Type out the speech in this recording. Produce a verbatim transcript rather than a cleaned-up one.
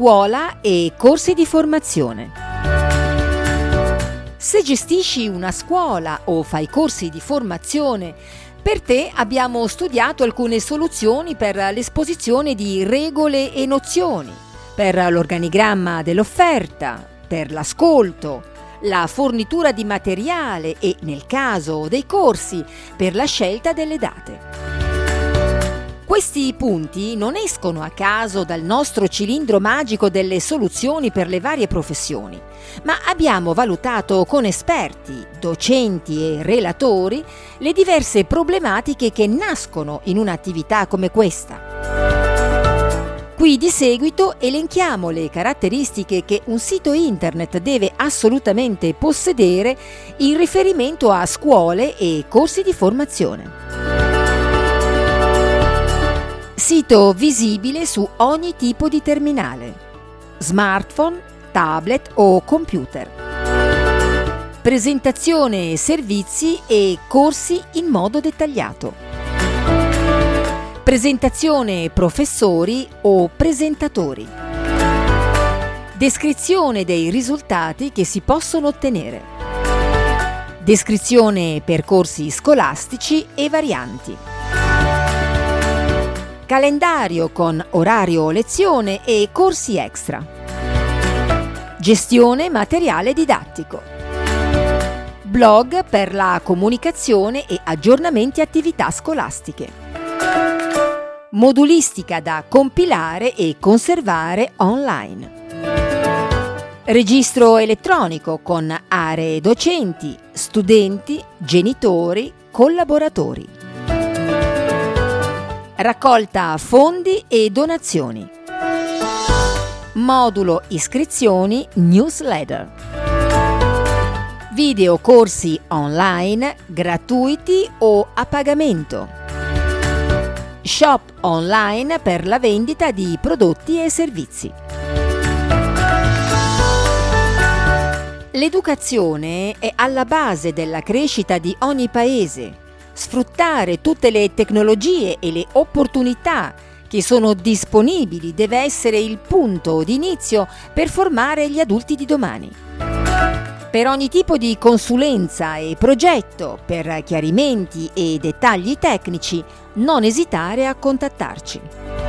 scuola e corsi di formazione. Se gestisci una scuola o fai corsi di formazione, per te abbiamo studiato alcune soluzioni per l'esposizione di regole e nozioni, per l'organigramma dell'offerta, per l'ascolto, la fornitura di materiale e, nel caso dei corsi, per la scelta delle date. Questi punti non escono a caso dal nostro cilindro magico delle soluzioni per le varie professioni, ma abbiamo valutato con esperti, docenti e relatori le diverse problematiche che nascono in un'attività come questa. Qui di seguito elenchiamo le caratteristiche che un sito internet deve assolutamente possedere in riferimento a scuole e corsi di formazione. Sito visibile su ogni tipo di terminale, smartphone, tablet o computer. Presentazione servizi e corsi in modo dettagliato. Presentazione professori o presentatori. Descrizione dei risultati che si possono ottenere. Descrizione percorsi scolastici e varianti. Calendario con orario lezione e corsi extra. Gestione materiale didattico. Blog per la comunicazione e aggiornamenti attività scolastiche. Modulistica da compilare e conservare online. Registro elettronico con aree docenti, studenti, genitori, collaboratori. Raccolta fondi e donazioni. Modulo iscrizioni newsletter. Video corsi online gratuiti o a pagamento. Shop online per la vendita di prodotti e servizi. L'educazione è alla base della crescita di ogni paese. Sfruttare tutte le tecnologie e le opportunità che sono disponibili deve essere il punto di inizio per formare gli adulti di domani. Per ogni tipo di consulenza e progetto, per chiarimenti e dettagli tecnici, non esitare a contattarci.